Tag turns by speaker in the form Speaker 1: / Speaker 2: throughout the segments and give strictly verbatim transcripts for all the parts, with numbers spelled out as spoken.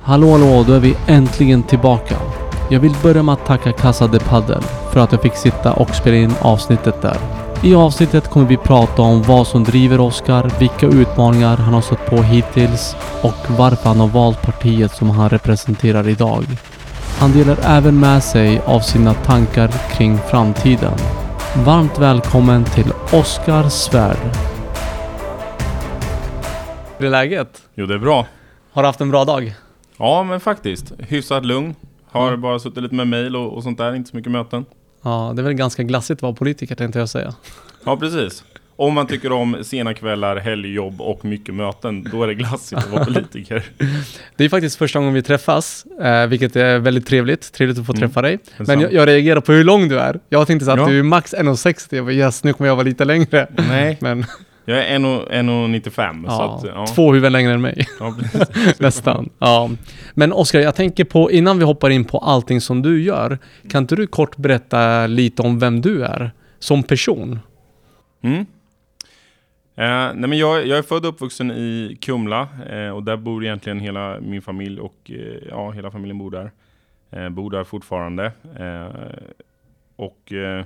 Speaker 1: Hallå hallå, då är vi äntligen tillbaka. Jag vill börja med att tacka Casa de Padel för att jag fick sitta och spela in avsnittet där. I avsnittet kommer vi prata om vad som driver Oscar, vilka utmaningar han har stött på hittills och varför han har valt partiet som han representerar idag. Han delar även med sig av sina tankar kring framtiden. Varmt välkommen till Oscar Svärd. Hur är läget?
Speaker 2: Jo, det är bra.
Speaker 1: Har du haft en bra dag?
Speaker 2: Ja, men faktiskt. Hyfsat lugn. Har mm. bara suttit lite med mejl och, och sånt där. Inte så mycket möten.
Speaker 1: Ja, det är väl ganska glassigt att vara politiker, tänkte jag säga.
Speaker 2: Ja, precis. Om man tycker om sena kvällar, helgjobb och mycket möten, då är det glassigt att vara politiker.
Speaker 1: Det är faktiskt första gången vi träffas, eh, vilket är väldigt trevligt. Trevligt att få
Speaker 2: mm.
Speaker 1: träffa dig. Men jag, jag reagerar på hur lång du är. Jag tänkte så att ja. du är max en komma sextio. Jag bara, yes, nu kommer jag vara lite längre.
Speaker 2: Nej,
Speaker 1: men
Speaker 2: jag är en komma nittiofem.
Speaker 1: Ja,
Speaker 2: så att, ja.
Speaker 1: Två huvuden längre än mig.
Speaker 2: Ja, precis.
Speaker 1: Nästan. Ja. Men Oscar, jag tänker på, innan vi hoppar in på allting som du gör, kan inte du kort berätta lite om vem du är som person?
Speaker 2: Mm. Eh, nej men jag, jag är född och uppvuxen i Kumla eh, och där bor egentligen hela min familj och eh, ja, hela familjen bor där. Eh, bor där fortfarande. Eh, och eh,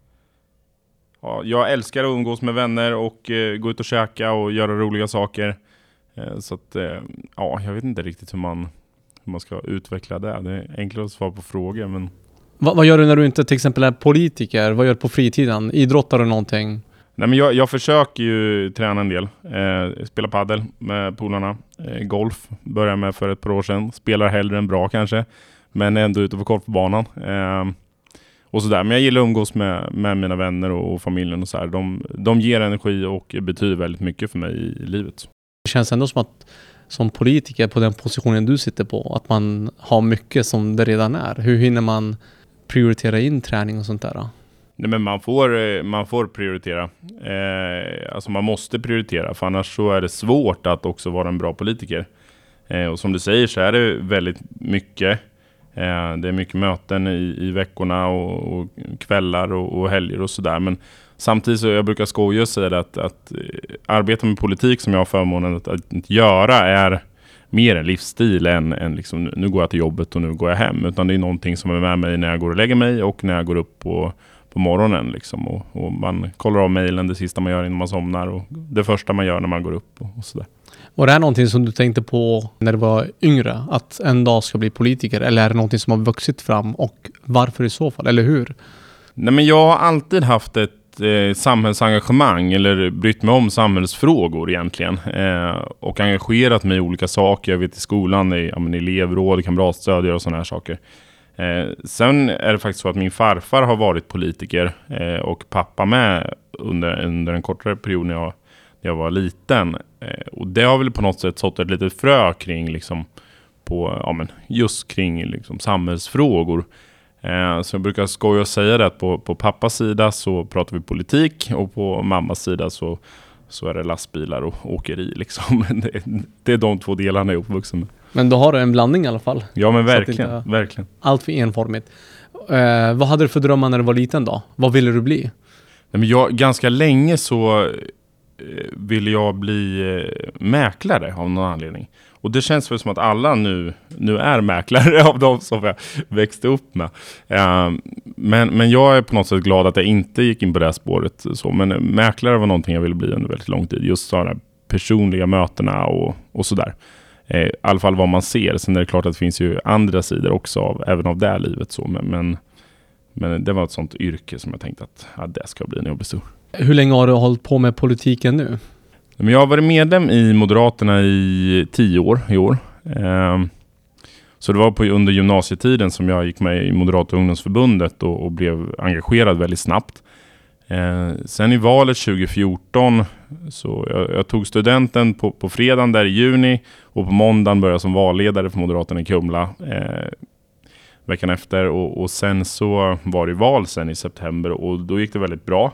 Speaker 2: ja, jag älskar att umgås med vänner och eh, gå ut och käka och göra roliga saker. Eh, så att eh, ja, jag vet inte riktigt hur man, hur man ska utveckla det. Det är enklare att svara på frågor, men
Speaker 1: Va, vad gör du när du inte till exempel är politiker? Vad gör du på fritiden? Idrottar du någonting?
Speaker 2: Nej, men jag, jag försöker ju träna en del. Eh, spela paddel med polarna. Eh, golf började med för ett par år sedan. Spelar hellre än bra kanske. Men ändå ute på golfbanan. Eh, och sådär. Men jag gillar att umgås med, med mina vänner och, och familjen och så här. De, de ger energi och betyder väldigt mycket för mig i, i livet.
Speaker 1: Det känns ändå som att som politiker på den positionen du sitter på, att man har mycket som det redan är. Hur hinner man prioritera in träning och sånt där då?
Speaker 2: Nej, men man får, man får prioritera. Eh, alltså man måste prioritera, för annars så är det svårt att också vara en bra politiker. Eh, och som du säger så är det väldigt mycket. Eh, det är mycket möten i, i veckorna och, och kvällar och, och helger och sådär. Men samtidigt så jag brukar skoja och säga att, att arbeta med politik som jag har förmånen att, att göra är mer en livsstil än, än liksom, nu går jag till jobbet och nu går jag hem. Utan det är någonting som är med mig när jag går och lägger mig och när jag går upp på på morgonen liksom, och, och man kollar av mejlen det sista man gör innan man somnar och det första man gör när man går upp och, och sådär.
Speaker 1: Var det här någonting som du tänkte på när du var yngre, att en dag ska bli politiker, eller är det någonting som har vuxit fram och varför i så fall, eller hur?
Speaker 2: Nej, men jag har alltid haft ett eh, samhällsengagemang eller brytt mig om samhällsfrågor egentligen eh, och engagerat mig i olika saker. Jag vet i skolan, i ja, men elevråd, kamratstödjare och sådana här saker. Eh, sen är det faktiskt så att min farfar har varit politiker eh, och pappa med under, under en kortare period när jag, när jag var liten. Eh, och det har väl på något sätt sått ett litet frö kring liksom, på, ja, men just kring liksom, samhällsfrågor. Eh, så jag brukar skoja och säga det att på, på pappas sida så pratar vi politik och på mammas sida så, så är det lastbilar och åkeri. Liksom. det, det är de två delarna jag är uppvuxen med.
Speaker 1: Men då har du en blandning i alla fall.
Speaker 2: Ja, men verkligen. Inte, verkligen.
Speaker 1: Allt för enformigt. Eh, vad hade du för drömmar när du var liten då? Vad ville du bli?
Speaker 2: Nej, men jag, ganska länge så eh, ville jag bli eh, mäklare av någon anledning. Och det känns väl som att alla nu, nu är mäklare av de som jag växte upp med. Eh, men, men jag är på något sätt glad att jag inte gick in på det här spåret. Så. Men mäklare var någonting jag ville bli under väldigt lång tid. Just sådana personliga mötena och, och sådär. I alla fall vad man ser. Sen är det klart att det finns ju andra sidor också av, även av det här livet. Så. Men, men, men det var ett sånt yrke som jag tänkte att ja, det ska bli när jag blir stor.
Speaker 1: Hur länge har du hållit på med politiken nu?
Speaker 2: Men jag har varit medlem i Moderaterna i tio år i år. Ehm, så det var på, under gymnasietiden som jag gick med i Moderata ungdomsförbundet och, och blev engagerad väldigt snabbt. Eh, sen i valet tjugo fjorton så jag, jag tog studenten på, på fredagen där i juni och på måndagen började jag som valledare för Moderaterna i Kumla eh, veckan efter och, och sen så var det val sen i september och då gick det väldigt bra.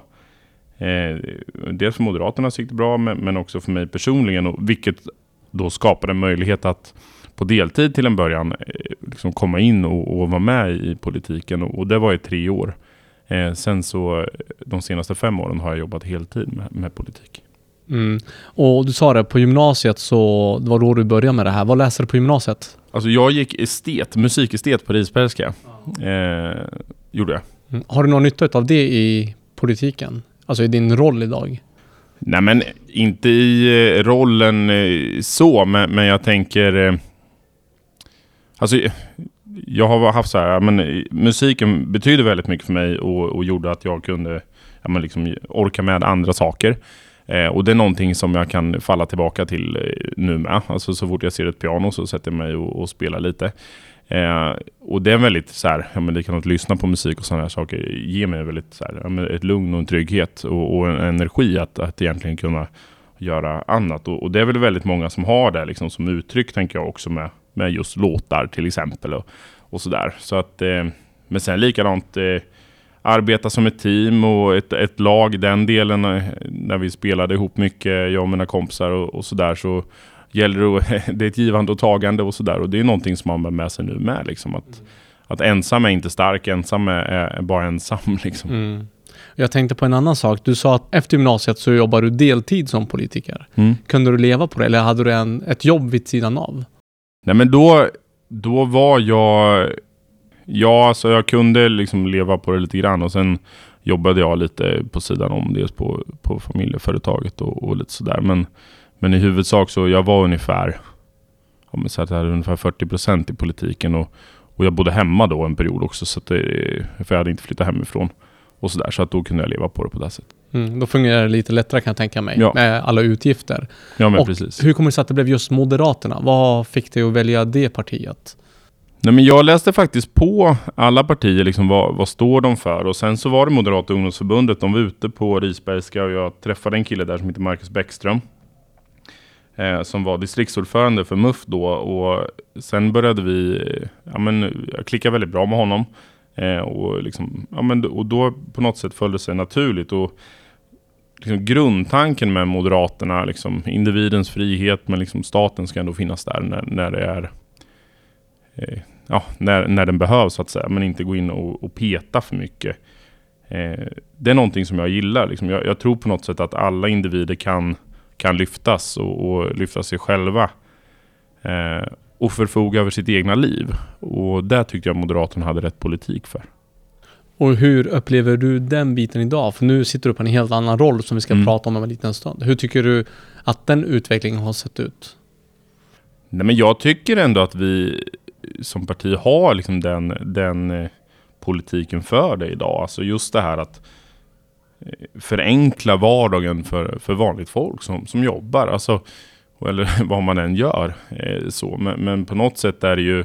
Speaker 2: Eh, dels för Moderaterna så gick det bra men, men också för mig personligen och, vilket då skapade en möjlighet att på deltid till en början eh, liksom komma in och, och vara med i politiken och, och det var i tre år. Eh, sen så de senaste fem åren har jag jobbat heltid med, med politik.
Speaker 1: Mm. Och du sa det, på gymnasiet så det var då du började med det här. Vad läser du på gymnasiet?
Speaker 2: Alltså jag gick estet, musikestet på Risbergska. Eh, gjorde jag.
Speaker 1: Mm. Har du någon nytta av det i politiken? Alltså i din roll idag?
Speaker 2: Nej, men inte i eh, rollen eh, så, men, men jag tänker... Eh, alltså, jag har haft så här, men musiken betyder väldigt mycket för mig och, och gjorde att jag kunde ja, men liksom, orka med andra saker. Eh, och det är någonting som jag kan falla tillbaka till eh, nu med. Alltså så fort jag ser ett piano så sätter jag mig och, och spelar lite. Eh, och det är väldigt så här, ja, men det kan att lyssna på musik och sådana här saker ger mig väldigt så här, ja, men ett lugn och en trygghet och, och en energi att, att egentligen kunna göra annat. Och, och det är väl väldigt många som har det liksom, som uttryck, tänker jag också med, med just låtar till exempel och, och sådär. Så att, eh, men sen likadant eh, arbeta som ett team och ett, ett lag, den delen eh, när vi spelade ihop mycket, jag och mina kompisar och, och sådär, så gäller det, det är ett givande och tagande och sådär, och det är någonting som man har med sig nu med liksom, att, mm. att ensam är inte stark, ensam är, är bara ensam liksom.
Speaker 1: Mm. Jag tänkte på en annan sak. Du sa att efter gymnasiet så jobbar du deltid som politiker. Mm. Kunde du leva på det eller hade du en, ett jobb vid sidan av?
Speaker 2: Nej, men då, då var jag... Ja, så jag kunde liksom leva på det lite grann och sen jobbade jag lite på sidan om, dels på, på familjeföretaget och, och lite sådär. Men, men i huvudsak så jag var ungefär, ja, men så att jag hade ungefär fyrtio procent i politiken och, och jag bodde hemma då en period också, så att det, för jag hade inte flyttat hemifrån och sådär, så att då kunde jag leva på det på det sättet.
Speaker 1: Mm, då fungerar det lite lättare, kan jag tänka mig,
Speaker 2: ja.
Speaker 1: med alla utgifter.
Speaker 2: Ja, men
Speaker 1: och
Speaker 2: precis.
Speaker 1: Hur kommer det sig att det blev just Moderaterna? Vad fick dig att välja det partiet?
Speaker 2: Nej, men jag läste faktiskt på alla partier, liksom, vad, vad står de för? Och sen så var det Moderata ungdomsförbundet, de var ute på Risbergska och jag träffade en kille där som heter Marcus Bäckström. Eh, som var distriktsordförande för M U F då, och sen började vi, ja men jag klickade väldigt bra med honom. Eh, och, liksom, ja, men, och då på något sätt följde sig naturligt. Och liksom, grundtanken med Moderaterna, liksom, individens frihet, men liksom, staten ska ändå finnas där när, när det är eh, ja, när, när den behövs så att säga, men inte gå in och, och peta för mycket. Eh, det är någonting som jag gillar. Liksom. Jag, jag tror på något sätt att alla individer kan, kan lyftas och, och lyfta sig själva. Eh, och förfoga över sitt egna liv. Och där tyckte jag Moderaterna hade rätt politik för.
Speaker 1: Och hur upplever du den biten idag? För nu sitter du på en helt annan roll som vi ska mm. prata om en liten stund. Hur tycker du att den utvecklingen har sett ut?
Speaker 2: Nej, men jag tycker ändå att vi som parti har liksom den, den eh, politiken för det idag. Alltså just det här att eh, förenkla vardagen för, för vanligt folk som, som jobbar. Alltså, eller vad man än gör. Eh, så. Men, men på något sätt är det ju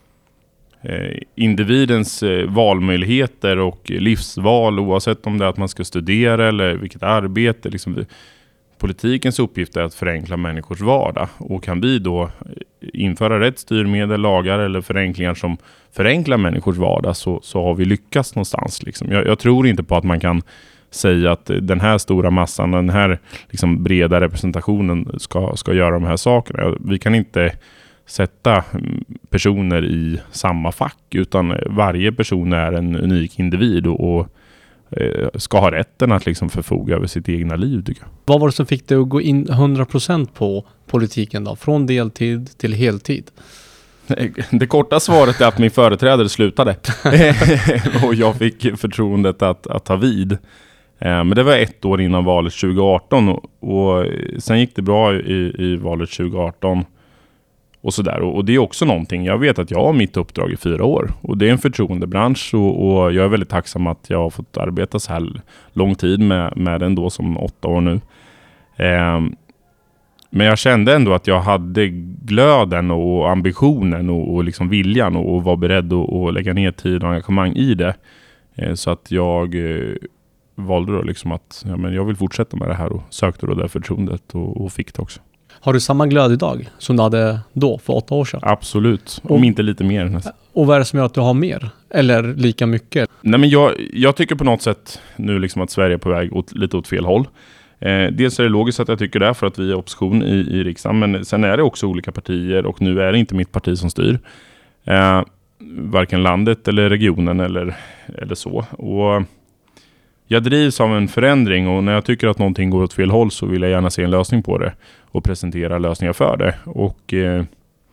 Speaker 2: eh, individens eh, valmöjligheter och livsval, oavsett om det är att man ska studera eller vilket arbete. Liksom, politikens uppgift är att förenkla människors vardag. Och kan vi då införa rätt styrmedel, lagar eller förenklingar som förenklar människors vardag, så, så har vi lyckats någonstans. Liksom. Jag, jag tror inte på att man kan säga att den här stora massan, den här liksom breda representationen ska, ska göra de här sakerna. Vi kan inte sätta personer i samma fack, utan varje person är en unik individ och, och ska ha rätten att liksom förfoga över sitt egna liv, tycker jag.
Speaker 1: Vad var det som fick dig att gå in hundra procent på politiken då? Från deltid till heltid?
Speaker 2: Det korta svaret är att min företrädare slutade. Och jag fick förtroendet att, att ta vid. Men det var ett år innan valet tjugo arton. Och, och sen gick det bra i, i valet tjugo arton. Och sådär. Och, och det är också någonting. Jag vet att jag har mitt uppdrag i fyra år. Och det är en förtroendebransch. Och, och jag är väldigt tacksam att jag har fått arbeta så här lång tid med, med den då som åtta år nu. Eh, men jag kände ändå att jag hade glöden och ambitionen och, och liksom viljan. Och, och var beredd att, att lägga ner tid och engagemang i det. Eh, så att jag eh, valde då liksom att ja, men jag vill fortsätta med det här. Och sökte då det förtroendet och, och fick det också.
Speaker 1: Har du samma glöd idag som du hade då för åtta år sedan?
Speaker 2: Absolut, om och, inte lite mer nästan.
Speaker 1: Och vad är det som gör att du har mer? Eller lika mycket?
Speaker 2: Nej, men jag, jag tycker på något sätt nu liksom att Sverige är på väg åt, lite åt fel håll. Eh, dels är det logiskt att jag tycker det för att vi är opposition i, i riksdagen. Men sen är det också olika partier och nu är det inte mitt parti som styr. Eh, varken landet eller regionen eller, eller så. Och jag drivs av en förändring och när jag tycker att någonting går åt fel håll så vill jag gärna se en lösning på det och presentera lösningar för det. Och eh,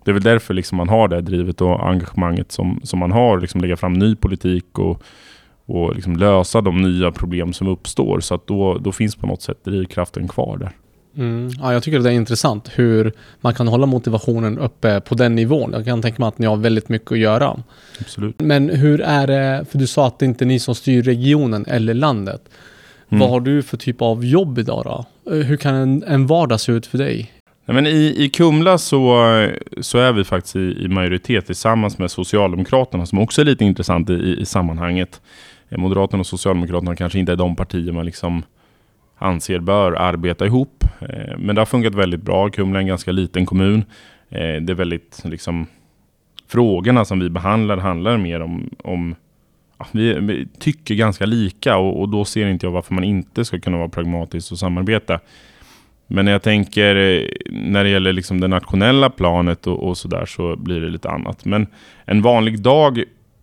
Speaker 2: det är väl därför liksom man har det här drivet och engagemanget som, som man har. Liksom lägga fram ny politik och, och liksom lösa de nya problem som uppstår. Så att då, då finns på något sätt drivkraften kvar där.
Speaker 1: Mm. Ja, jag tycker det är intressant hur man kan hålla motivationen uppe på den nivån. Jag kan tänka mig att ni har väldigt mycket att göra.
Speaker 2: Absolut.
Speaker 1: Men hur är det, för du sa att det inte är ni som styr regionen eller landet. Mm. Vad har du för typ av jobb idag då? Hur kan en, en vardag se ut för dig?
Speaker 2: Nej, men i, i Kumla så, så är vi faktiskt i, i majoritet tillsammans med Socialdemokraterna som också är lite intressant i, i sammanhanget. Moderaterna och Socialdemokraterna kanske inte är de partier man liksom anser bör arbeta ihop. Men det har funkat väldigt bra. Kumla är en ganska liten kommun. Det är väldigt liksom, frågorna som vi behandlar handlar mer om, om ja, vi, vi tycker ganska lika och, och då ser inte jag varför man inte ska kunna vara pragmatisk och samarbeta. Men när jag tänker när det gäller liksom det nationella planet och, och sådär så blir det lite annat. Men en vanlig dag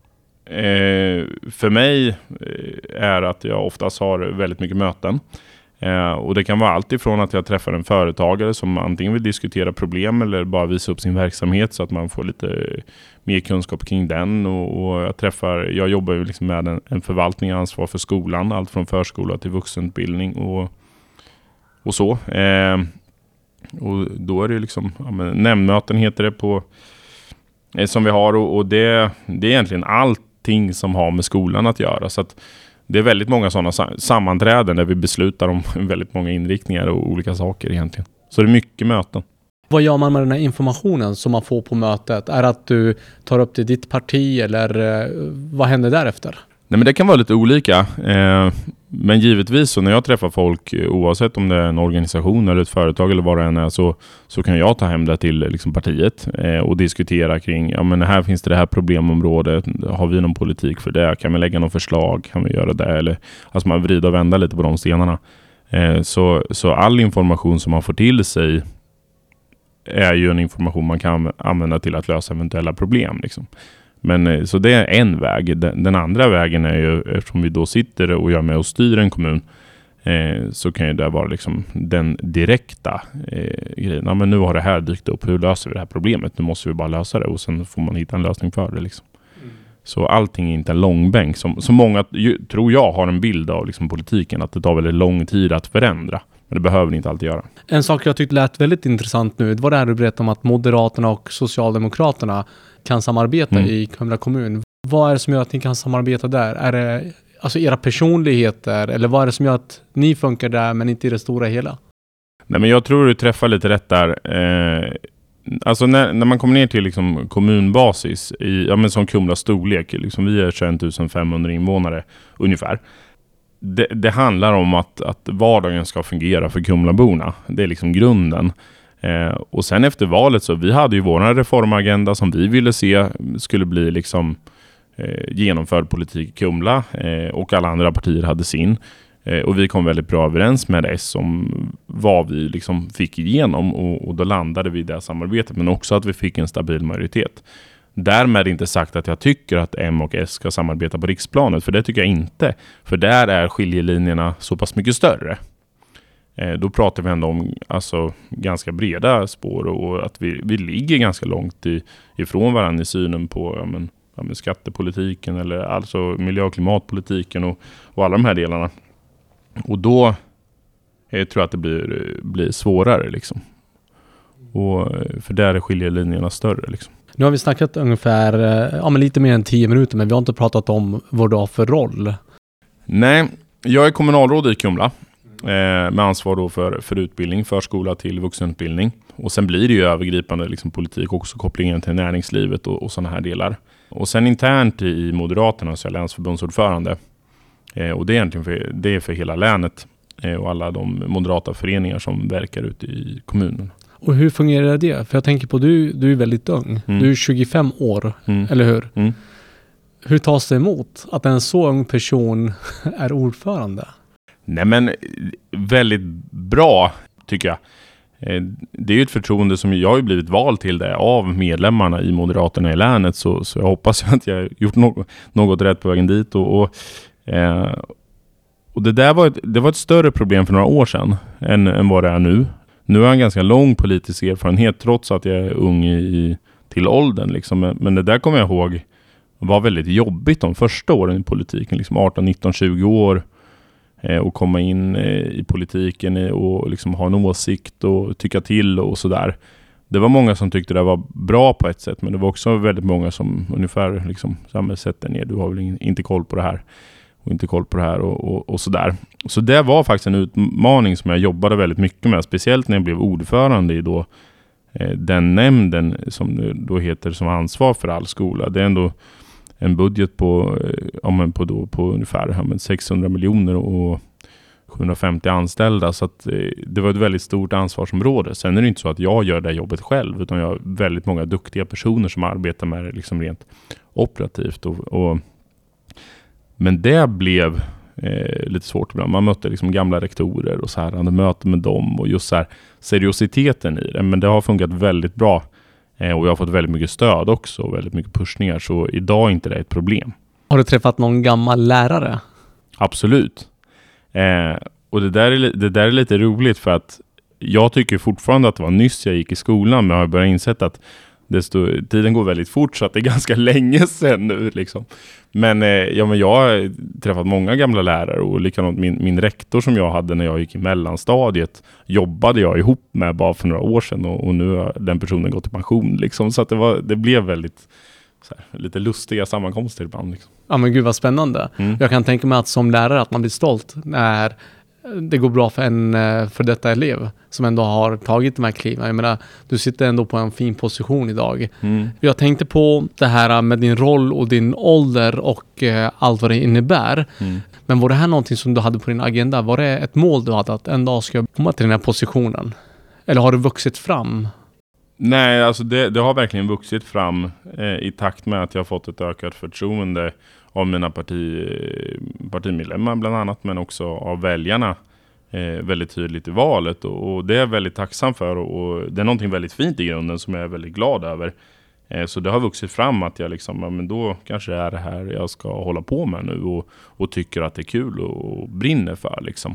Speaker 2: eh, för mig är att jag oftast har väldigt mycket möten. Eh, och det kan vara allt ifrån att jag träffar en företagare som antingen vill diskutera problem eller bara visa upp sin verksamhet så att man får lite mer kunskap kring den. Och, och jag träffar, jag jobbar ju liksom med en, en förvaltning och ansvar för skolan, allt från förskola till vuxenutbildning och, och så. Eh, och då är det liksom, ja, men, nämndmöten heter det på, eh, som vi har och, och det, det är egentligen allting som har med skolan att göra. Så att det är väldigt många sådana sammanträden där vi beslutar om väldigt många inriktningar och olika saker egentligen. Så det är mycket möten.
Speaker 1: Vad gör man med den här informationen som man får på mötet? Är det att du tar upp det i ditt parti eller eh, vad händer därefter?
Speaker 2: Nej, men det kan vara lite olika. Eh, men givetvis så när jag träffar folk, oavsett om det är en organisation eller ett företag eller vad det än är, så, så kan jag ta hem det till liksom, partiet eh, och diskutera kring, ja men här finns det det här problemområdet, har vi någon politik för det, kan vi lägga någon förslag, kan vi göra det, eller alltså man vrider och vänder lite på de stenarna. Eh, så, så all information som man får till sig är ju en information man kan använda till att lösa eventuella problem liksom. Men så det är en väg. Den, den andra vägen är ju, eftersom vi då sitter och gör med och styr en kommun, eh, så kan ju det vara liksom den direkta eh, grejen. Ja, men nu har det här dykt upp, hur löser vi det här problemet? Nu måste vi bara lösa det och sen får man hitta en lösning för det liksom. Mm. Så allting är inte en långbänk. Som, som många, ju, tror jag, har en bild av liksom, politiken, att det tar väldigt lång tid att förändra. Men det behöver inte alltid göra.
Speaker 1: En sak jag tyckte lät väldigt intressant nu, det var det här du berättade om att Moderaterna och Socialdemokraterna kan samarbeta mm. i Kumla kommun. Vad är det som gör att ni kan samarbeta där? Är det alltså era personligheter eller vad är det som gör att ni funkar där men inte i det stora hela?
Speaker 2: Nej, men jag tror du träffar lite rätt där. Eh, alltså när, när man kommer ner till liksom kommunbasis i, ja, men som Kumla storlek, liksom vi är tjugoett tusen femhundra invånare ungefär. Det, det handlar om att, att vardagen ska fungera för Kumlaborna. Det är liksom grunden. Eh, och sen efter valet så vi hade ju vår reformagenda som vi ville se skulle bli liksom eh, genomförd politik i Kumla eh, och alla andra partier hade sin. Eh, och vi kom väldigt bra överens med S om vad vi liksom fick igenom och, och då landade vi i det samarbetet, men också att vi fick en stabil majoritet. Därmed inte sagt att jag tycker att M och S ska samarbeta på riksplanet, för det tycker jag inte. För där är skiljelinjerna så pass mycket större. Eh, då pratar vi ändå om alltså, ganska breda spår och att vi, vi ligger ganska långt i, ifrån varandra i synen på ja, men, ja, men skattepolitiken eller alltså miljö- och klimatpolitiken och, och alla de här delarna. Och då eh, tror jag att det blir, blir svårare liksom. Och, för där är skiljelinjerna större liksom.
Speaker 1: Nu har vi snackat ungefär ja, men lite mer än tio minuter, men vi har inte pratat om vad du har för roll.
Speaker 2: Nej, jag är kommunalråd i Kumla eh, med ansvar då för, för utbildning, förskola till vuxenutbildning. Och sen blir det ju övergripande liksom, politik, också kopplingen till näringslivet och, och sådana här delar. Och sen internt i Moderaterna så är jag länsförbundsordförande. Eh, och det är egentligen för, det är för hela länet eh, och alla de moderata föreningar som verkar ute i kommunen.
Speaker 1: Och hur fungerar det? För jag tänker på, du, du är väldigt ung. Mm. Du är tjugofem år, mm. eller hur? Mm. Hur tas det emot att en så ung person är ordförande?
Speaker 2: Nej men, väldigt bra tycker jag. Det är ju ett förtroende som jag har blivit vald till det av medlemmarna i Moderaterna i länet. Så, så jag hoppas att jag har gjort något, något rätt på vägen dit. Och, och, eh, och det där var ett, det var ett större problem för några år sedan än, än vad det är nu. Nu har jag en ganska lång politisk erfarenhet trots att jag är ung i till åldern. Liksom. Men, men det där kommer jag ihåg var väldigt jobbigt de första åren i politiken. Liksom arton, nitton, tjugo år. Eh, och komma in eh, i politiken eh, och liksom ha en åsikt och tycka till och sådär. Det var många som tyckte det var bra på ett sätt, men det var också väldigt många som ungefär liksom, sätter ner, du har väl inte koll på det här och inte koll på det här och, och, och sådär. Så det var faktiskt en utmaning som jag jobbade väldigt mycket med, speciellt när jag blev ordförande i då, eh, den nämnden som då heter som ansvar för all skola. Det är ändå en budget på, eh, ja, men på, då, på ungefär ja, men sexhundra miljoner och sjuhundrafemtio anställda, så att eh, det var ett väldigt stort ansvarsområde. Sen är det inte så att jag gör det jobbet själv, utan jag har väldigt många duktiga personer som arbetar med det liksom rent operativt. Och, och, men det blev eh, lite svårt ibland. Man mötte liksom gamla rektorer och så här, hade möten med dem och just så här seriositeten i det. Men det har funkat väldigt bra eh, och jag har fått väldigt mycket stöd också och väldigt mycket pushningar, så idag är inte det ett problem.
Speaker 1: Har du träffat någon gammal lärare?
Speaker 2: Absolut. Eh, och det där, är, det där är lite roligt, för att jag tycker fortfarande att det var nyss jag gick i skolan, men jag har börjat insett att det stod, tiden går väldigt fort, så att det är ganska länge sedan nu liksom. Men, eh, ja, men jag har träffat många gamla lärare, och likadant min, min rektor som jag hade när jag gick i mellanstadiet jobbade jag ihop med bara för några år sedan, och, och nu har den personen gått i pension liksom, så att det, var, det blev väldigt så här, lite lustiga sammankomster ibland liksom.
Speaker 1: Ja, men gud vad spännande. Mm. Jag kan tänka mig att som lärare att man blir stolt när det går bra för en för detta elev som ändå har tagit de här kliven. Jag menar, du sitter ändå på en fin position idag. Mm. Jag tänkte på det här med din roll och din ålder och eh, allt vad det innebär. Mm. Men var det här någonting som du hade på din agenda? Var det ett mål du hade att en dag ska komma till den här positionen? Eller har det vuxit fram?
Speaker 2: Nej, alltså det, det har verkligen vuxit fram eh, i takt med att jag har fått ett ökat förtroende av mina parti, partimedlemmar bland annat, men också av väljarna eh, väldigt tydligt i valet. Och, och det är jag väldigt tacksam för, och, och det är någonting väldigt fint i grunden som jag är väldigt glad över. Eh, så det har vuxit fram att jag liksom, ja, men då kanske det är det här jag ska hålla på med nu och, och tycker att det är kul och, och brinner för liksom.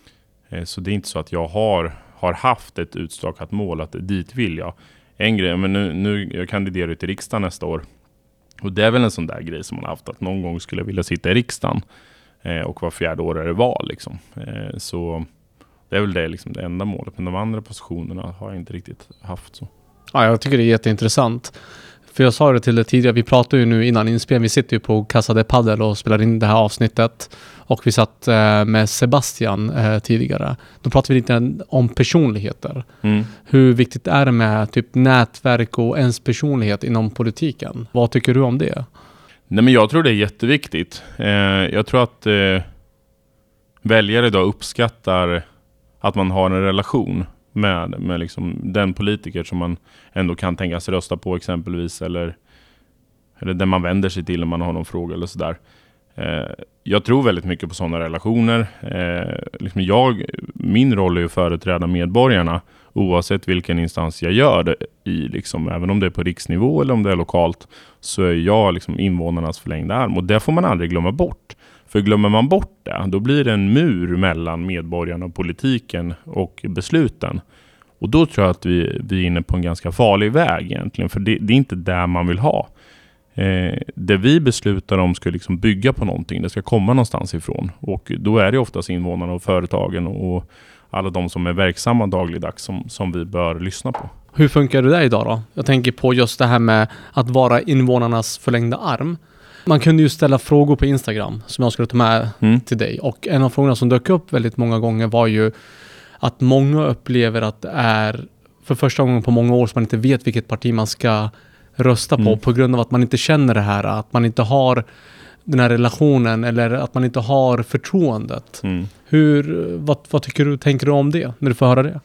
Speaker 2: Eh, så det är inte så att jag har har haft ett utstakat mål att dit vill jag. En grej, men nu, nu jag kandiderar till riksdagen nästa år. Och det är väl en sån där grej som man har haft, att någon gång skulle jag vilja sitta i riksdagen. Eh, och var fjärde år är det val liksom. Eh, så det är väl det, liksom, det enda målet. Men de andra positionerna har jag inte riktigt haft så.
Speaker 1: Ja, jag tycker det är jätteintressant. För jag sa det till dig tidigare, vi pratar ju nu innan inspelning, vi sitter ju på Casa de Padel och spelar in det här avsnittet. Och vi satt eh, med Sebastian eh, tidigare. Då pratade vi lite om personligheter. Mm. Hur viktigt är det med typ nätverk och ens personlighet inom politiken? Vad tycker du om det?
Speaker 2: Nej, men jag tror det är jätteviktigt. Eh, jag tror att eh, väljare idag uppskattar att man har en relation med, med liksom den politiker som man ändå kan tänkas rösta på exempelvis, eller, eller där man vänder sig till om man har någon fråga eller sådär. Eh, jag tror väldigt mycket på sådana relationer. Eh, liksom jag, min roll är att företräda medborgarna oavsett vilken instans jag gör det i. Liksom, även om det är på riksnivå eller om det är lokalt, så är jag liksom invånarnas förlängda arm. Och det får man aldrig glömma bort. För glömmer man bort det, då blir det en mur mellan medborgarna och politiken och besluten. Och då tror jag att vi, vi är inne på en ganska farlig väg egentligen. För det, det är inte där man vill ha. Eh, det vi beslutar om ska liksom bygga på någonting. Det ska komma någonstans ifrån. Och då är det oftast invånarna och företagen och alla de som är verksamma dagligdags som, som vi bör lyssna på.
Speaker 1: Hur funkar det där idag då? Jag tänker på just det här med att vara invånarnas förlängda arm. Man kunde ju ställa frågor på Instagram som jag skulle ta med mm. till dig. Och en av frågorna som dök upp väldigt många gånger var ju att många upplever att det är för första gången på många år som man inte vet vilket parti man ska rösta på mm. på grund av att man inte känner det här, att man inte har den här relationen eller att man inte har förtroendet. Mm. Hur, vad, vad tycker du, tänker du om det när du får höra det?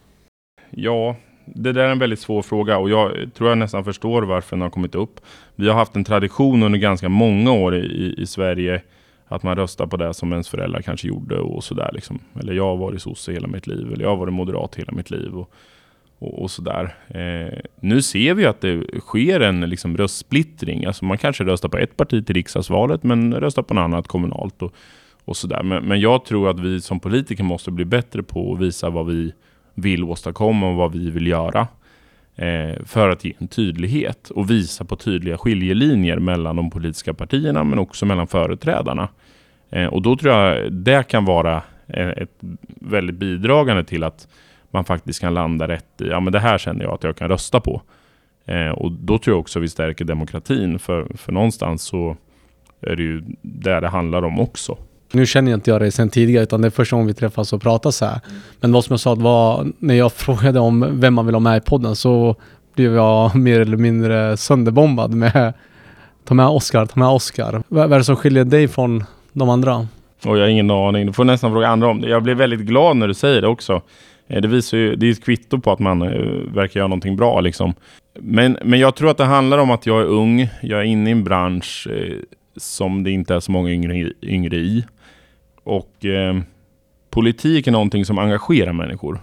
Speaker 2: Ja, det där är en väldigt svår fråga och jag tror jag nästan förstår varför den har kommit upp. Vi har haft en tradition under ganska många år i, i Sverige att man röstar på det som ens föräldrar kanske gjorde och sådär liksom. Eller jag har varit sosse hela mitt liv, eller jag har varit moderat hela mitt liv och, och, och sådär. Eh, nu ser vi att det sker en liksom röstsplittring. Alltså man kanske röstar på ett parti till riksdagsvalet men röstar på något annat kommunalt och, och sådär. Men, men jag tror att vi som politiker måste bli bättre på att visa vad vi vill åstadkomma och vad vi vill göra. eh, för att ge en tydlighet och visa på tydliga skiljelinjer mellan de politiska partierna men också mellan företrädarna. Eh, och då tror jag det kan vara eh, ett väldigt bidragande till att man faktiskt kan landa rätt i, ja men det här känner jag att jag kan rösta på. Eh, och då tror jag också vi stärker demokratin, för, för någonstans så är det ju där det handlar om också.
Speaker 1: Nu känner jag inte jag dig sen tidigare, utan det är första gången vi träffas och pratar så här. Men vad som jag sa var, när jag frågade om vem man vill ha med i podden, så blev jag mer eller mindre sönderbombad med ta med Oscar, ta med Oscar. Vad är det som skiljer dig från de andra?
Speaker 2: Och jag har ingen aning, du får nästan fråga andra om det. Jag blev väldigt glad när du säger det också. Det visar ju, det är ett kvitto på att man verkar göra någonting bra liksom. Men, men jag tror att det handlar om att jag är ung, jag är inne i en bransch eh, som det inte är så många yngre, yngre i. Och eh, politik är någonting som engagerar människor.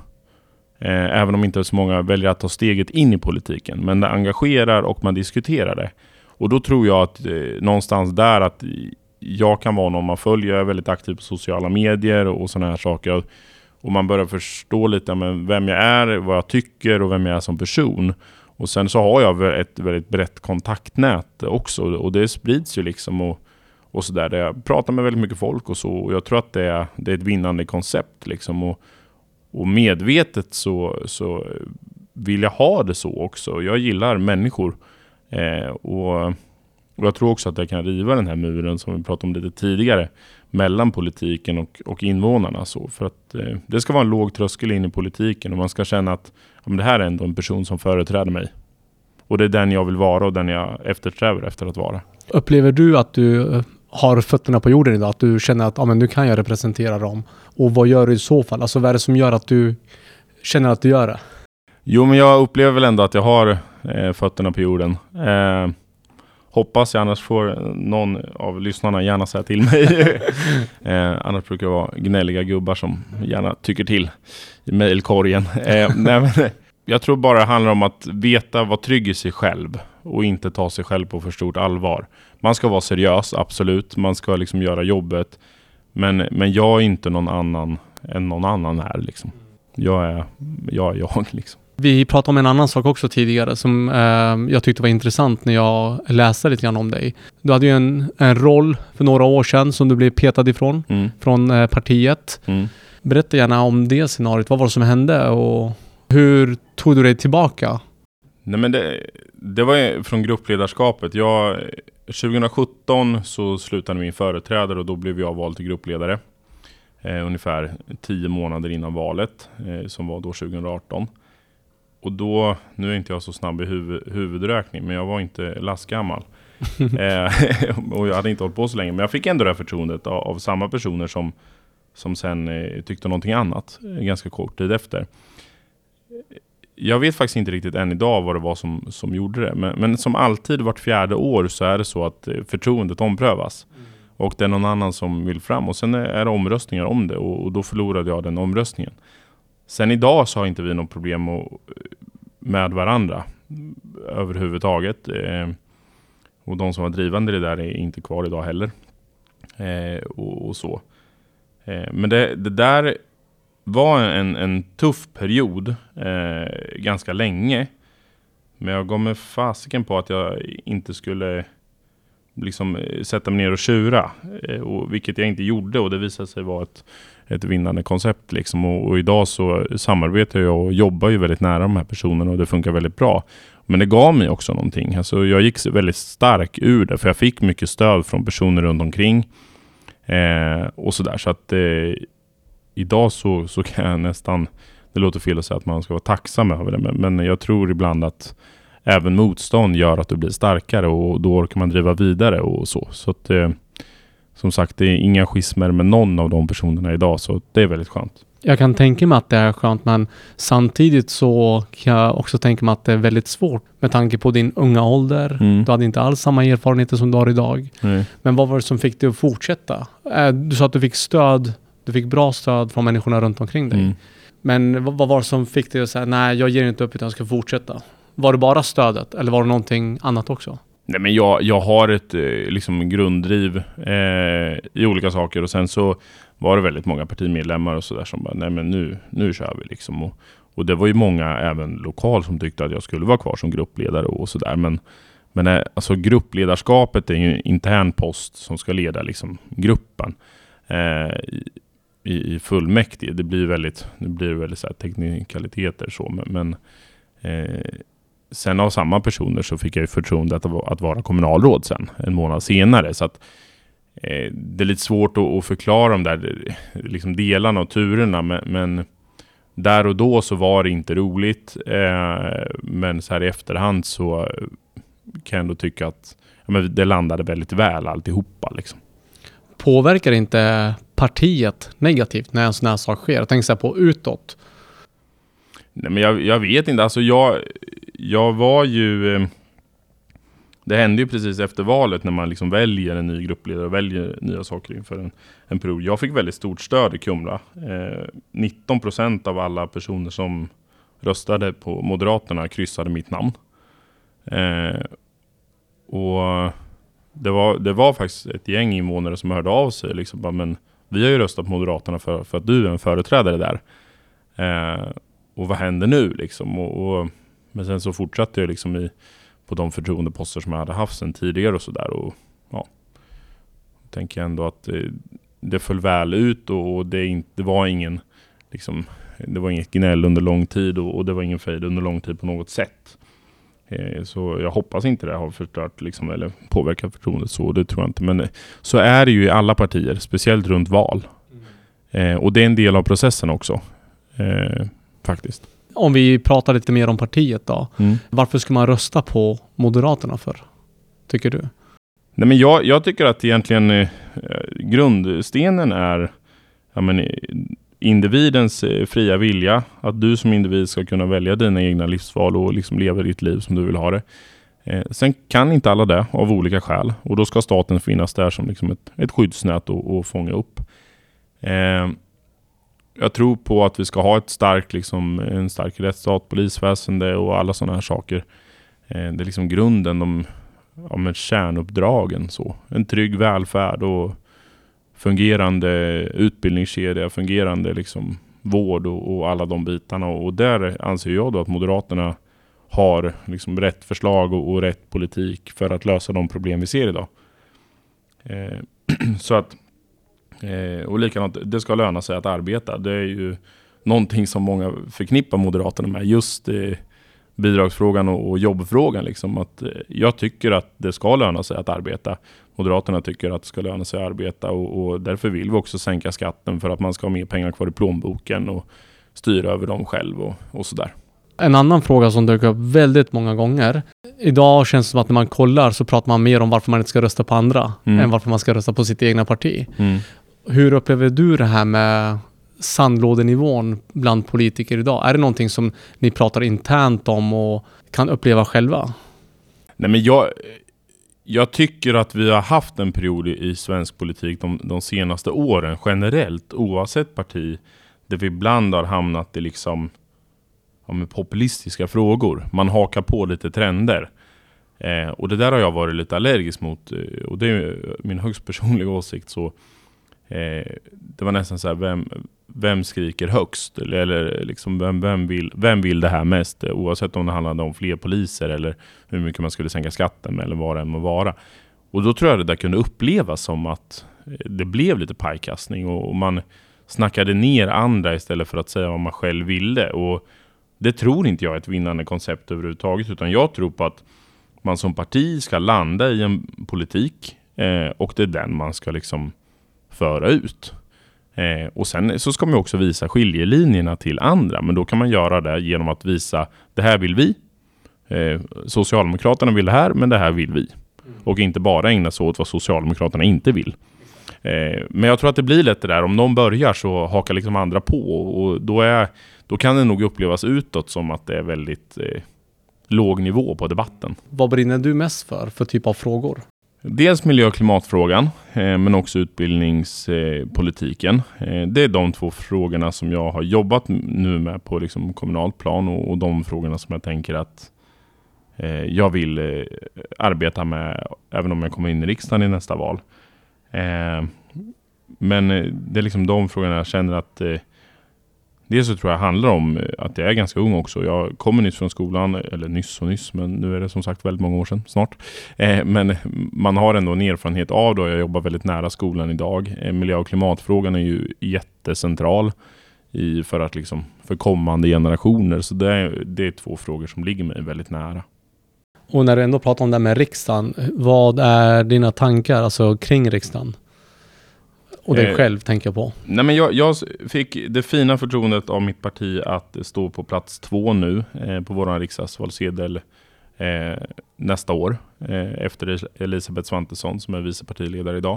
Speaker 2: Eh, även om inte så många väljer att ta steget in i politiken. Men det engagerar och man diskuterar det. Och då tror jag att eh, någonstans där att jag kan vara någon man följer. Jag är väldigt aktiv på sociala medier och, och sådana här saker. Och man börjar förstå lite men vem jag är, vad jag tycker och vem jag är som person. Och sen så har jag ett väldigt brett kontaktnät också. Och det sprids ju liksom och, och sådär. Jag pratar med väldigt mycket folk och så. Och jag tror att det är, det är ett vinnande koncept liksom. Och, och medvetet så, så vill jag ha det så också. Jag gillar människor. Eh, och, och jag tror också att jag kan riva den här muren som vi pratade om lite tidigare. Mellan politiken och, och invånarna. Så. För att eh, det ska vara en låg tröskel in i politiken. Och man ska känna att ja, men det här är ändå en person som företräder mig. Och det är den jag vill vara och den jag eftersträvar efter att vara. Upplever du att du har fötterna på jorden idag? Att du känner att ja, men nu kan jag representera dem? Och vad gör du i så fall? Alltså vad är det som gör att du känner att du gör det? Jo, men jag upplever väl ändå att jag har eh, fötterna på jorden. Eh, hoppas jag, annars får någon av lyssnarna gärna säga till mig. eh, annars brukar det vara gnälliga gubbar som gärna tycker till i mejlkorgen. Eh, nej, men, jag tror bara det handlar om att veta vad trygg i sig själv och inte ta sig själv på för stort allvar. Man ska vara seriös, absolut. Man ska liksom göra jobbet. Men, men jag är inte någon annan än någon annan här. Liksom. Jag är jag, är jag liksom. Vi pratade om en annan sak också tidigare som eh, jag tyckte var intressant när jag läste lite grann om dig. Du hade ju en, en roll för några år sedan som du blev petad ifrån, mm. från eh, partiet. Mm. Berätta gärna om det scenariot. Vad var det som hände och hur tog du dig tillbaka? Nej, men det, det var från gruppledarskapet. Jag, tjugohundrasjutton så slutade min företrädare och då blev jag vald till gruppledare. Eh, ungefär tio månader innan valet eh, som var då tjugohundraarton. Och då, nu är inte jag så snabb i huvud, huvudräkning, men jag var inte lastgammal. eh, och jag hade inte hållit på så länge. Men jag fick ändå det här förtroendet av, av samma personer som, som sen eh, tyckte någonting annat eh, ganska kort tid efter. Jag vet faktiskt inte riktigt än idag vad det var som, som gjorde det. Men, men som alltid vart fjärde år så är det så att eh, förtroendet omprövas. Mm. Och det är någon annan som vill fram. Och sen är, är det omröstningar om det. Och, och då förlorade jag den omröstningen. Sen idag så har inte vi något problem med varandra överhuvudtaget. Eh, och de som var drivande i det där är inte kvar idag heller. Eh, och, och så. Eh, men det, det där var en, en tuff period eh, ganska länge. Men jag gav mig fasiken på att jag inte skulle liksom sätta mig ner och tjura. Eh, och, vilket jag inte gjorde, och det visade sig vara ett ett vinnande koncept liksom. och, och idag så samarbetar jag och jobbar ju väldigt nära de här personerna och det funkar väldigt bra. Men det gav mig också någonting. Alltså jag gick väldigt stark ur det för jag fick mycket stöd från personer runt omkring eh, och sådär. Så att eh, idag så, så kan jag nästan, det låter fel att säga att man ska vara tacksam över det, men, men jag tror ibland att även motstånd gör att du blir starkare och då kan man driva vidare och så. Så att eh, som sagt, det är inga schismer med någon av de personerna idag, så det är väldigt skönt. Jag kan tänka mig att det är skönt, men samtidigt så kan jag också tänka mig att det är väldigt svårt med tanke på din unga ålder. Mm. Du hade inte alls samma erfarenheter som du har idag. Mm. Men vad var det som fick dig att fortsätta? Du sa att du fick stöd, du fick bra stöd från människorna runt omkring dig. Mm. Men vad var det som fick dig att säga, nej, jag ger inte upp utan jag ska fortsätta? Var det bara stödet eller var det någonting annat också? Nej, men jag, jag har ett liksom, grunddriv eh, i olika saker och sen så var det väldigt många partimedlemmar och sådär som bara, nej men nu, nu kör vi liksom. Och, Och det var ju många även lokalt som tyckte att jag skulle vara kvar som gruppledare och sådär. Men, men alltså gruppledarskapet är ju en intern post som ska leda liksom gruppen eh, i, i fullmäktige. Det blir väldigt, det blir väldigt så här teknikaliteter så. Men, men eh, sen av samma personer så fick jag ju förtroende att, att vara kommunalråd sen en månad senare. Så att eh, det är lite svårt att, att förklara de där liksom delarna och turerna. Men, men där och då så var det inte roligt. Eh, men så här i efterhand så kan jag ändå tycka att ja, men det landade väldigt väl alltihopa liksom.
Speaker 1: Påverkar inte partiet negativt när en sån här sak sker? Jag tänker så här på utåt.
Speaker 2: Nej, men jag, jag vet inte. Alltså jag, jag var ju... Eh, det hände ju precis efter valet när man liksom väljer en ny gruppledare och väljer nya saker inför en, en period. Jag fick väldigt stort stöd i Kumla. Eh, nitton procent av alla personer som röstade på Moderaterna kryssade mitt namn. Eh, och det var, det var faktiskt ett gäng invånare som hörde av sig. Liksom bara, men vi har ju röstat på Moderaterna för, för att du är en företrädare där. Eh, och vad händer nu? Liksom? Och, och, men sen så fortsatte jag liksom i, på de förtroendeposter som jag hade haft sedan tidigare och sådär. Och ja, tänker jag ändå att det, det föll väl ut och, och det, inte, det var ingen liksom, det var inget gnäll under lång tid och, och det var ingen fejd under lång tid på något sätt. Så jag hoppas inte det har förstört liksom, eller påverkat förtroendet så, det tror jag inte. Men så är det ju i alla partier, speciellt runt val. Mm. Eh, och det är en del av processen också, eh, faktiskt.
Speaker 1: Om vi pratar lite mer om partiet då. Mm. Varför ska man rösta på Moderaterna för, tycker du?
Speaker 2: Nej, men jag, jag tycker att egentligen eh, grundstenen är ja, men, individens eh, fria vilja, att du som individ ska kunna välja dina egna livsval och liksom leva ditt liv som du vill ha det. Eh, sen kan inte alla det av olika skäl och då ska staten finnas där som liksom ett, ett skyddsnät och, och fånga upp. Eh, jag tror på att vi ska ha ett stark, liksom, en stark rättsstat, polisväsende och alla sådana här saker. Eh, det är liksom grunden, de ja, med kärnuppdragen. Så. En trygg välfärd och fungerande utbildningskedja, fungerande liksom vård och, och alla de bitarna. Och där anser jag då att Moderaterna har liksom rätt förslag och, och rätt politik för att lösa de problem vi ser idag. Eh, så att eh, och likadant, det ska löna sig att arbeta. Det är ju någonting som många förknippar Moderaterna med, just eh, bidragsfrågan och, och jobbfrågan. Liksom. Att, eh, jag tycker att det ska löna sig att arbeta. Moderaterna tycker att det ska löna sig att arbeta och, och därför vill vi också sänka skatten för att man ska ha mer pengar kvar i plånboken och styra över dem själv och, och sådär.
Speaker 1: En annan fråga som dök upp väldigt många gånger. Idag känns det som att när man kollar så pratar man mer om varför man inte ska rösta på andra mm. än varför man ska rösta på sitt egna parti. Mm. Hur upplever du det här med sandlådenivån bland politiker idag? Är det någonting som ni pratar internt om och kan uppleva själva?
Speaker 2: Nej, men jag... Jag tycker att vi har haft en period i svensk politik de, de senaste åren generellt, oavsett parti, där vi ibland har hamnat i liksom, ja, med populistiska frågor. Man hakar på lite trender. Eh, och det där har jag varit lite allergisk mot. Och det är min högst personliga åsikt. Så, eh, det var nästan så här, vem, vem skriker högst? Eller, eller liksom, vem, vem, vill, vem vill det här mest? Oavsett om det handlade om fler poliser eller hur mycket man skulle sänka skatten med eller vad det än må vara. Och då tror jag det där kunde upplevas som att det blev lite pajkastning och, och man snackade ner andra istället för att säga vad man själv ville. Och det tror inte jag är ett vinnande koncept överhuvudtaget, utan jag tror på att man som parti ska landa i en politik eh, och det är den man ska liksom föra ut. Eh, och sen så ska man också visa skiljelinjerna till andra, men då kan man göra det genom att visa det här vill vi. Eh, Socialdemokraterna vill det här, men det här vill vi. Och inte bara ägna sig åt vad Socialdemokraterna inte vill. Eh, men jag tror att det blir lätt det där. Om någon börjar så hakar liksom andra på. Och då, är, då kan det nog upplevas utåt som att det är väldigt eh, låg nivå på debatten.
Speaker 1: Vad brinner du mest för, för typ av frågor?
Speaker 2: Dels miljö- och klimatfrågan, eh, men också utbildningspolitiken. Eh, det är de två frågorna som jag har jobbat nu med på liksom kommunalt plan. Och, och de frågorna som jag tänker att eh, jag vill eh, arbeta med även om jag kommer in i riksdagen i nästa val. Eh, men det är liksom de frågorna jag känner att eh, det så tror jag handlar om att jag är ganska ung också. Jag kommer nyss från skolan, eller nyss och nyss, men nu är det som sagt väldigt många år sedan, snart. Eh, men man har ändå en erfarenhet av det och jag jobbar väldigt nära skolan idag. Eh, miljö- och klimatfrågan är ju jättecentral i, för, att liksom, för kommande generationer. Så det är, det är två frågor som ligger mig väldigt nära.
Speaker 1: Och när du ändå pratar om det med riksdagen, vad är dina tankar alltså, kring riksdagen? Och dig
Speaker 2: eh,
Speaker 1: själv tänker jag på.
Speaker 2: Nej, men jag, jag fick det fina förtroendet av mitt parti att stå på plats två nu eh, på vår riksdagsvalsedel eh, nästa år. Eh, efter Elisabeth Svantesson som är vicepartiledare idag.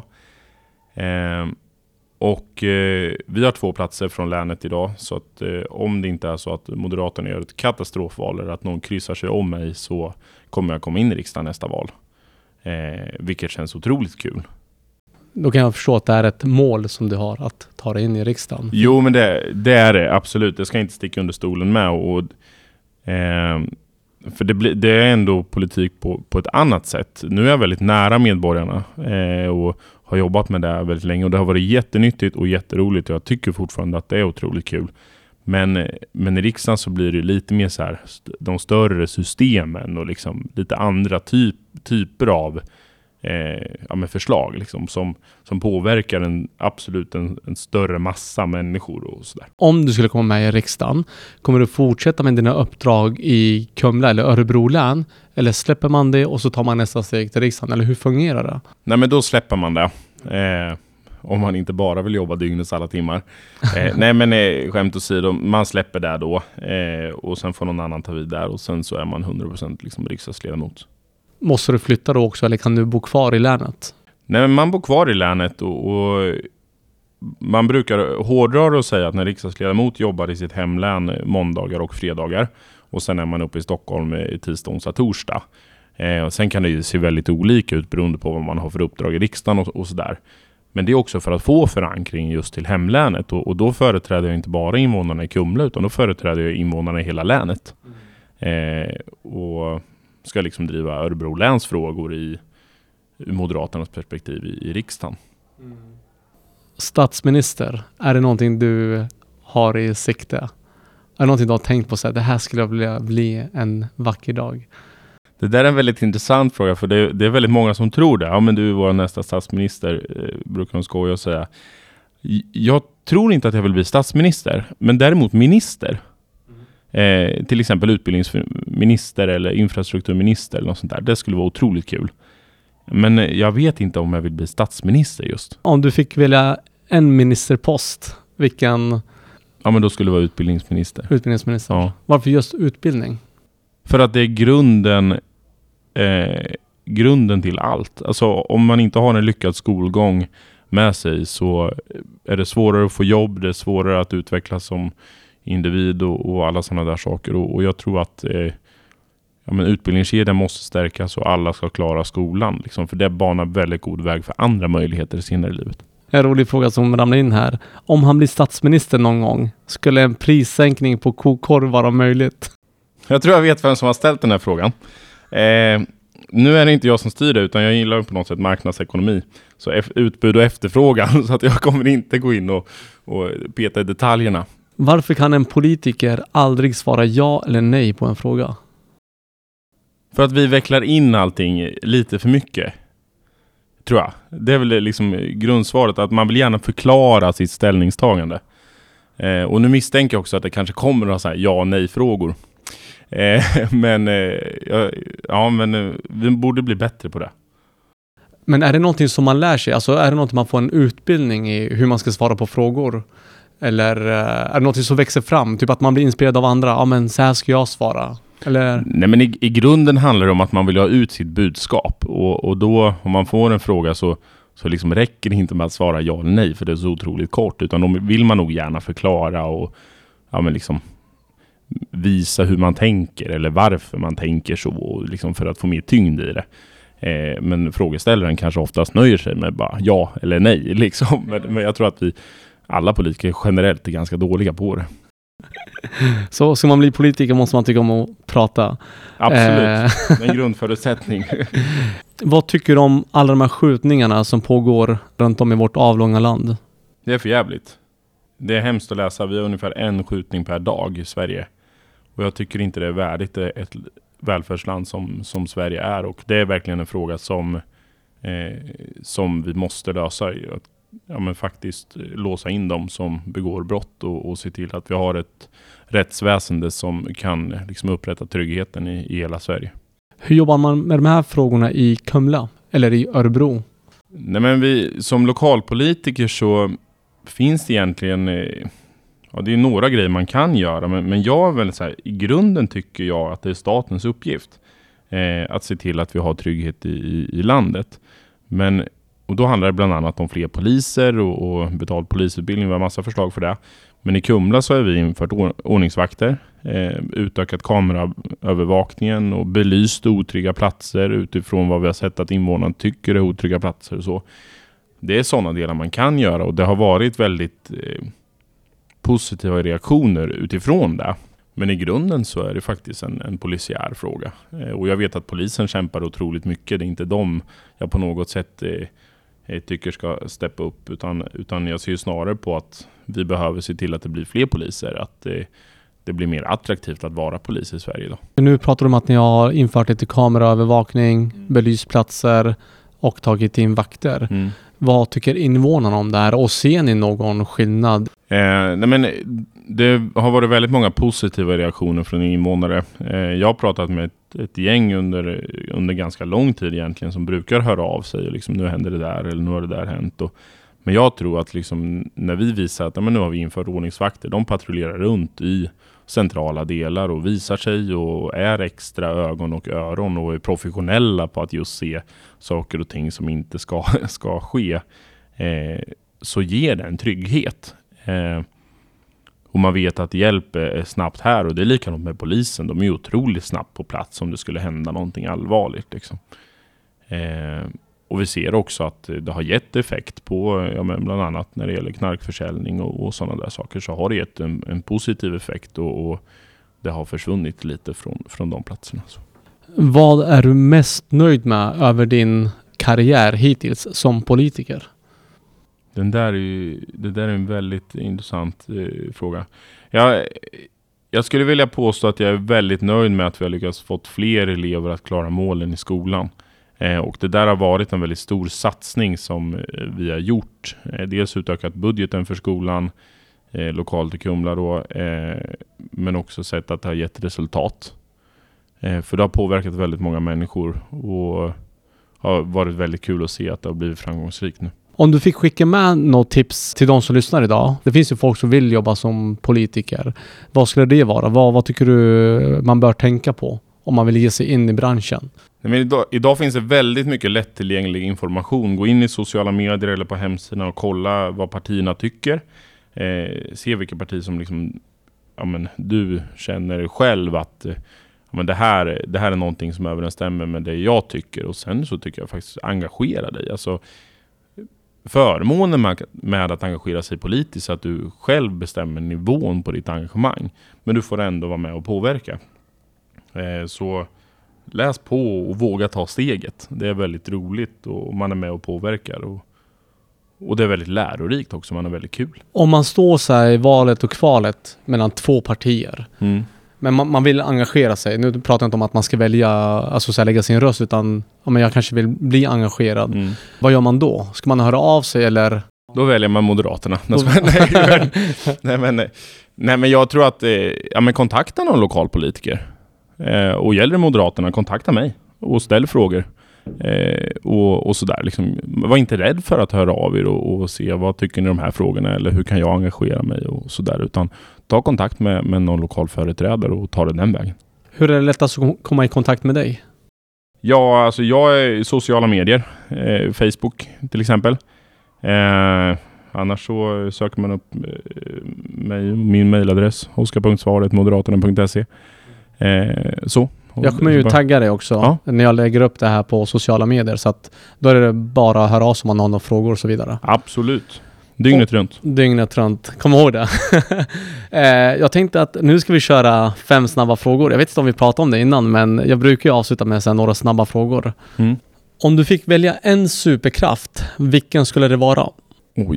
Speaker 2: Eh, och eh, vi har två platser från länet idag. Så att eh, om det inte är så att Moderaterna gör ett katastrofval eller att någon kryssar sig om mig så kommer jag komma in i riksdagen nästa val. Eh, vilket känns otroligt kul.
Speaker 1: Då kan jag förstå att det är ett mål som du har att ta dig in i riksdagen.
Speaker 2: Jo, men det, det är det, absolut. Jag ska inte sticka under stolen med. Och, eh, för det, blir, det är ändå politik på, på ett annat sätt. Nu är jag väldigt nära medborgarna eh, och har jobbat med det väldigt länge. Och det har varit jättenyttigt och jätteroligt. Och jag tycker fortfarande att det är otroligt kul. Men, men i riksdagen så blir det lite mer så här, de större systemen och liksom lite andra typ, typer av Eh, ja, med förslag liksom, som, som påverkar en, absolut en, en större massa människor och sådär.
Speaker 1: Om du skulle komma med i riksdagen, kommer du fortsätta med dina uppdrag i Kumla eller Örebro län? Eller släpper man det och så tar man nästa steg till riksdagen? Eller hur fungerar det?
Speaker 2: Nej, men då släpper man det. Eh, om man inte bara vill jobba dygnets alla timmar. Eh, nej, men eh, skämt åsido, man släpper det då. Eh, och sen får någon annan ta vid där. Och sen så är man hundra procent liksom riksdagsledamot.
Speaker 1: Måste du flytta då också eller kan du bo kvar i länet?
Speaker 2: Nej, men man bor kvar i länet och, och man brukar hårdra och säga att när riksdagsledamot jobbar i sitt hemlän måndagar och fredagar och sen är man uppe i Stockholm i tisdag, onsdag, torsdag. Eh, och sen kan det ju se väldigt olika ut beroende på vad man har för uppdrag i riksdagen och, och sådär. Men det är också för att få förankring just till hemlänet och, och då företräder jag inte bara invånarna i Kumla utan då företräder jag invånarna i hela länet. Mm. Eh, och ska liksom driva Örebro läns frågor i Moderaternas perspektiv i, i riksdagen.
Speaker 1: Mm. Statsminister, är det någonting du har i sikte? Är det någonting du har tänkt på så här, det här skulle jag vilja bli en vacker dag?
Speaker 2: Det där är en väldigt intressant fråga för det, det är väldigt många som tror det. Ja, men du är vår nästa statsminister, eh, brukar de skoja och säga. Jag tror inte att jag vill bli statsminister, men däremot minister. Eh, till exempel utbildningsminister eller infrastrukturminister eller något sånt där. Det skulle vara otroligt kul. Men jag vet inte om jag vill bli statsminister just.
Speaker 1: Om du fick välja en ministerpost, vilken?
Speaker 2: Ja, men då skulle det vara utbildningsminister.
Speaker 1: Utbildningsminister.
Speaker 2: Ja.
Speaker 1: Varför just utbildning?
Speaker 2: För att det är grunden eh, grunden till allt. Alltså om man inte har en lyckad skolgång med sig så är det svårare att få jobb, det är svårare att utvecklas som individ och, och alla sådana där saker. Och, och jag tror att eh, ja, men utbildningskedjan måste stärkas och alla ska klara skolan. Liksom, för det banar väldigt god väg för andra möjligheter senare i livet.
Speaker 1: En rolig fråga som ramlar in här. Om han blir statsminister någon gång, skulle en prissänkning på kokorv vara möjligt?
Speaker 2: Jag tror jag vet vem som har ställt den här frågan. Eh, nu är det inte jag som styr det utan jag gillar på något sätt marknadsekonomi. Så eff- utbud och efterfrågan så att jag kommer inte gå in och, och peta i detaljerna.
Speaker 1: Varför kan en politiker aldrig svara ja eller nej på en fråga?
Speaker 2: För att vi vecklar in allting lite för mycket. Tror jag. Det är väl liksom grundsvaret att man vill gärna förklara sitt ställningstagande. Eh, och nu misstänker jag också att det kanske kommer några så här ja- och nej-frågor. Eh, men, eh, ja, ja, men eh, vi borde bli bättre på det.
Speaker 1: Men är det någonting som man lär sig? Alltså är det någonting man får en utbildning i hur man ska svara på frågor? Eller är det något som växer fram? Typ att man blir inspirerad av andra. Ja, men så här ska jag svara. Eller?
Speaker 2: Nej, men i, i grunden handlar det om att man vill ha ut sitt budskap. Och, och då, om man får en fråga så, så liksom räcker det inte med att svara ja eller nej. För det är så otroligt kort. Utan då vill man nog gärna förklara och ja, men liksom visa hur man tänker. Eller varför man tänker så. Och liksom för att få mer tyngd i det. Eh, men frågeställaren kanske oftast nöjer sig med bara ja eller nej. Liksom. Men, men jag tror att vi alla politiker generellt är ganska dåliga på det.
Speaker 1: Så ska man bli politiker måste man tycka om att prata.
Speaker 2: Absolut, eh. en grundförutsättning.
Speaker 1: Vad tycker du om alla de här skjutningarna som pågår runt om i vårt avlånga land?
Speaker 2: Det är för jävligt. det är hemskt att läsa. Vi har ungefär en skjutning per dag i Sverige. Och jag tycker inte det är värdigt ett välfärdsland som, som Sverige är. Och det är verkligen en fråga som, eh, som vi måste lösa. Att, ja, men faktiskt låsa in dem som begår brott och, och se till att vi har ett rättsväsende som kan liksom upprätta tryggheten i, i hela Sverige.
Speaker 1: Hur jobbar man med de här frågorna i Kumla eller i Örebro?
Speaker 2: Nej, men vi, som lokalpolitiker så finns det egentligen, ja, det är några grejer man kan göra, men, men jag är väl så här, i grunden tycker jag att det är statens uppgift eh, att se till att vi har trygghet i, i, i landet. Men, och då handlar det bland annat om fler poliser och, och betald polisutbildning, vi har massa förslag för det. Men i Kumla så har vi infört ordningsvakter, eh, utökat kameraövervakningen och belyst otrygga platser utifrån vad vi har sett att invånarna tycker är otrygga platser och så. Det är sådana delar man kan göra och det har varit väldigt eh, positiva reaktioner utifrån det. Men i grunden så är det faktiskt en, en polisiär fråga. Eh, och jag vet att polisen kämpar otroligt mycket. Det är inte dem jag på något sätt eh, tycker ska steppa upp. Utan, utan jag ser ju snarare på att vi behöver se till att det blir fler poliser. Att eh, det blir mer attraktivt att vara polis i Sverige då.
Speaker 1: Nu pratar du om att ni har infört lite kameraövervakning, belyst platser och tagit in vakter. Mm. Vad tycker invånarna om det här och ser ni någon skillnad?
Speaker 2: Eh, nej men det har varit väldigt många positiva reaktioner från invånare. Eh, jag har pratat med ett, ett gäng under, under ganska lång tid egentligen som brukar höra av sig och liksom, nu händer det där eller nu har det där hänt. Och, men jag tror att liksom, när vi visar att ja, men nu har vi infört ordningsvakter, de patrullerar runt i centrala delar och visar sig och är extra ögon och öron och är professionella på att just se saker och ting som inte ska, ska ske, eh, så ger det en trygghet. Eh, och man vet att hjälp är snabbt här och det är likadant med polisen. De är otroligt snabbt på plats om det skulle hända någonting allvarligt. Liksom. Eh, och vi ser också att det har gett effekt på, ja, men bland annat när det gäller knarkförsäljning och, och sådana där saker, så har det gett en, en positiv effekt och, och det har försvunnit lite från, från de platserna. Så.
Speaker 1: Vad är du mest nöjd med över din karriär hittills som politiker?
Speaker 2: Den där är ju, det där är en väldigt intressant eh, fråga. Jag, jag skulle vilja påstå att jag är väldigt nöjd med att vi har lyckats fått fler elever att klara målen i skolan. Eh, och det där har varit en väldigt stor satsning som eh, vi har gjort. Eh, dels utökat budgeten för skolan eh, lokalt i Kumla då, eh, men också sett att det har gett resultat. Eh, för det har påverkat väldigt många människor och har varit väldigt kul att se att det har blivit framgångsrikt nu.
Speaker 1: Om du fick skicka med något tips till de som lyssnar idag. Det finns ju folk som vill jobba som politiker. Vad skulle det vara? Vad, vad tycker du man bör tänka på om man vill ge sig in i branschen?
Speaker 2: Men idag, idag finns det väldigt mycket lättillgänglig information. Gå in i sociala medier eller på hemsidan och kolla vad partierna tycker. Eh, se vilka partier som liksom, ja, men, du känner själv att ja, men det, här, det här är någonting som överensstämmer med det jag tycker. Och sen så tycker jag faktiskt engagera dig. Alltså, förmånen med, med att engagera sig politiskt är att du själv bestämmer nivån på ditt engagemang. Men du får ändå vara med och påverka. Eh, så läs på och våga ta steget. Det är väldigt roligt och man är med och påverkar. Och, och det är väldigt lärorikt också, man är väldigt kul. Om
Speaker 1: man står så här i valet och kvalet mellan två partier.
Speaker 2: Mm.
Speaker 1: Men man, man vill engagera sig. Nu pratar jag inte om att man ska välja, alltså så här, lägga sin röst, utan ja, men jag kanske vill bli engagerad. Mm. Vad gör man då? Ska man höra av sig eller?
Speaker 2: Då väljer man Moderaterna. nej, men, nej, men, nej men jag tror att ja, men kontakta någon lokalpolitiker. Eh, och gäller det Moderaterna, kontakta mig och ställ frågor. Eh, och, och sådär. Liksom, var inte rädd för att höra av er och, och se vad tycker ni om de här frågorna eller hur kan jag engagera mig och sådär. Utan ta kontakt med, med någon lokal företrädare och ta det den vägen.
Speaker 1: Hur är det lättast att komma i kontakt med dig?
Speaker 2: Ja, alltså jag är i sociala medier. Eh, Facebook till exempel. Eh, annars så söker man upp eh, mig, min mejladress oskar punkt svaret moderaterna punkt se. Eh, så.
Speaker 1: Jag kommer ju tagga dig också ja. när jag lägger upp det här på sociala medier, så att då är det bara att höra av sig om man har några frågor och så vidare.
Speaker 2: Absolut. Dygnet runt.
Speaker 1: Dygnet runt. Kom ihåg det. eh, jag tänkte att nu ska vi köra fem snabba frågor. Jag vet inte om vi pratade om det innan, men jag brukar ju avsluta med så här, några snabba frågor. Mm. Om du fick välja en superkraft, vilken skulle det vara?
Speaker 2: Oj,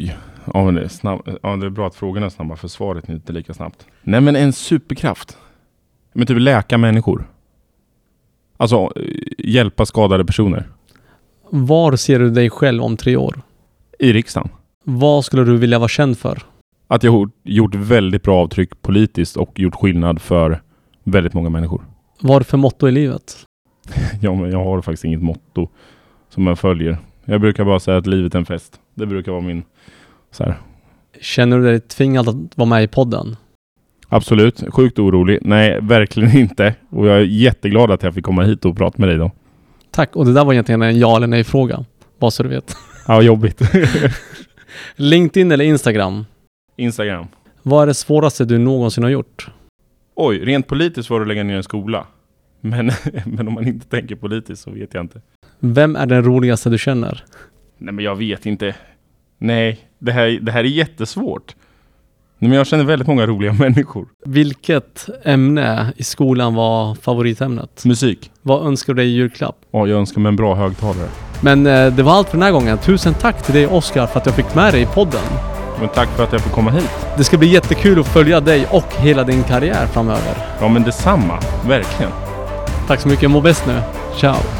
Speaker 2: Ja, men det är, snabb, ja, det är bra att frågorna är snabba för svaret är inte lika snabbt. Nej, men en superkraft. Men typ läka människor. Alltså hjälpa skadade personer.
Speaker 1: Var ser du dig själv om tre år?
Speaker 2: I riksdagen.
Speaker 1: Vad skulle du vilja vara känd för?
Speaker 2: Att jag har gjort väldigt bra avtryck politiskt och gjort skillnad för väldigt många människor.
Speaker 1: Vad är det för motto i livet?
Speaker 2: Ja, men jag har faktiskt inget motto som jag följer. Jag brukar bara säga att livet är en fest. Det brukar vara min så här.
Speaker 1: Känner du dig tvingad att vara med i podden?
Speaker 2: Absolut. Sjukt orolig. Nej, verkligen inte. Och jag är jätteglad att jag fick komma hit och prata med dig då.
Speaker 1: Tack. Och det där var egentligen en ja eller nej fråga. Bara så du vet.
Speaker 2: Ja, jobbigt.
Speaker 1: LinkedIn eller Instagram?
Speaker 2: Instagram.
Speaker 1: Vad är det svåraste du någonsin har gjort?
Speaker 2: Oj, rent politiskt var det att lägga ner en skola. Men, men om man inte tänker politiskt så vet jag inte.
Speaker 1: Vem är den roligaste du känner?
Speaker 2: Nej, men jag vet inte. Nej, det här, det här är jättesvårt. Nej, men jag känner väldigt många roliga människor.
Speaker 1: Vilket ämne i skolan var favoritämnet?
Speaker 2: Musik.
Speaker 1: Vad önskar du dig i julklapp?
Speaker 2: Ja, jag önskar mig en bra högtalare.
Speaker 1: Men eh, det var allt för den här gången. Tusen tack till dig Oskar för att jag fick med dig i podden.
Speaker 2: Men tack för att jag fick komma hit.
Speaker 1: Det ska bli jättekul att följa dig och hela din karriär framöver.
Speaker 2: Ja, men detsamma. Verkligen.
Speaker 1: Tack så mycket. Må bäst nu. Ciao.